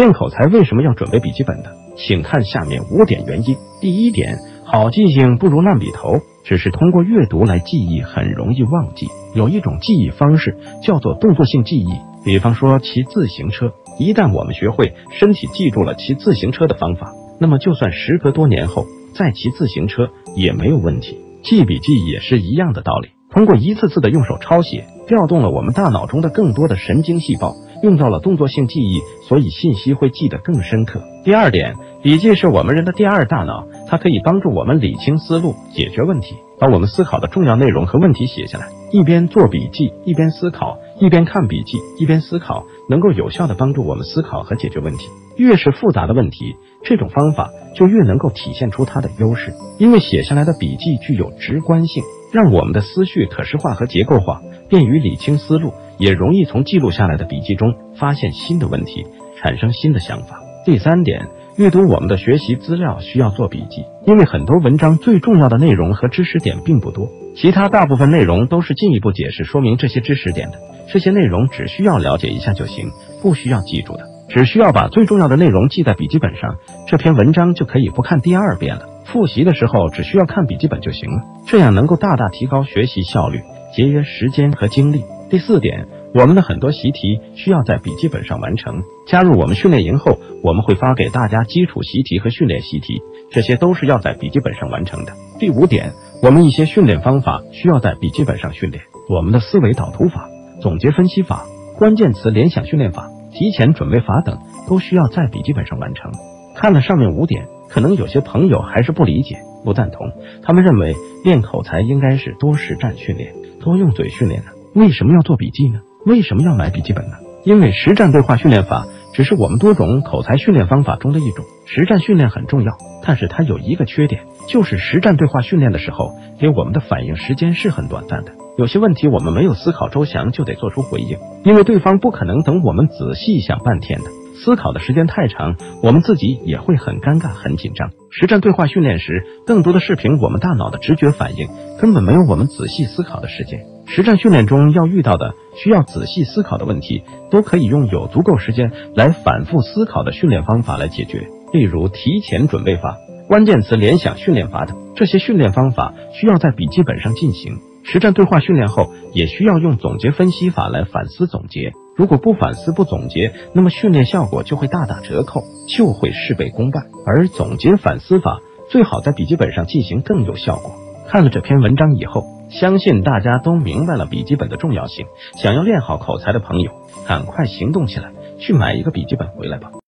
练口才为什么要准备笔记本呢？请看下面5点原因。第一点，好记性不如烂笔头，只是通过阅读来记忆很容易忘记。有一种记忆方式叫做动作性记忆，比方说骑自行车，一旦我们学会，身体记住了骑自行车的方法，那么就算时隔多年后再骑自行车也没有问题。记笔记也是一样的道理，通过一次次的用手抄写，调动了我们大脑中的更多的神经细胞，用到了动作性记忆，所以信息会记得更深刻。第二点，笔记是我们人的第二大脑，它可以帮助我们理清思路，解决问题，把我们思考的重要内容和问题写下来，一边做笔记一边思考，一边看笔记一边思考，能够有效的帮助我们思考和解决问题。越是复杂的问题，这种方法就越能够体现出它的优势，因为写下来的笔记具有直观性，让我们的思绪可视化和结构化，便于理清思路，也容易从记录下来的笔记中发现新的问题，产生新的想法。第三点，阅读我们的学习资料需要做笔记，因为很多文章最重要的内容和知识点并不多，其他大部分内容都是进一步解释说明这些知识点的，这些内容只需要了解一下就行，不需要记住的，只需要把最重要的内容记在笔记本上，这篇文章就可以不看第二遍了，复习的时候只需要看笔记本就行了，这样能够大大提高学习效率，节约时间和精力。第四点，我们的很多习题需要在笔记本上完成。加入我们训练营后，我们会发给大家基础习题和训练习题，这些都是要在笔记本上完成的。第五点，我们一些训练方法需要在笔记本上训练，我们的思维导图法、总结分析法、关键词联想训练法、提前准备法等都需要在笔记本上完成。看了上面5点，可能有些朋友还是不理解、不赞同，他们认为练口才应该是多实战训练，多用嘴训练呢。为什么要做笔记呢？为什么要买笔记本呢？因为实战对话训练法只是我们多种口才训练方法中的一种，实战训练很重要，但是它有一个缺点，就是实战对话训练的时候，给我们的反应时间是很短暂的，有些问题我们没有思考周详就得做出回应，因为对方不可能等我们仔细想半天的，思考的时间太长，我们自己也会很尴尬很紧张。实战对话训练时，更多的是凭我们大脑的直觉反应，根本没有我们仔细思考的时间。实战训练中要遇到的需要仔细思考的问题，都可以用有足够时间来反复思考的训练方法来解决，例如提前准备法、关键词联想训练法等。这些训练方法需要在笔记本上进行。实战对话训练后，也需要用总结分析法来反思总结，如果不反思不总结，那么训练效果就会大打折扣，就会事倍功半。而总结反思法最好在笔记本上进行更有效果。看了这篇文章以后，相信大家都明白了笔记本的重要性，想要练好口才的朋友，赶快行动起来，去买一个笔记本回来吧。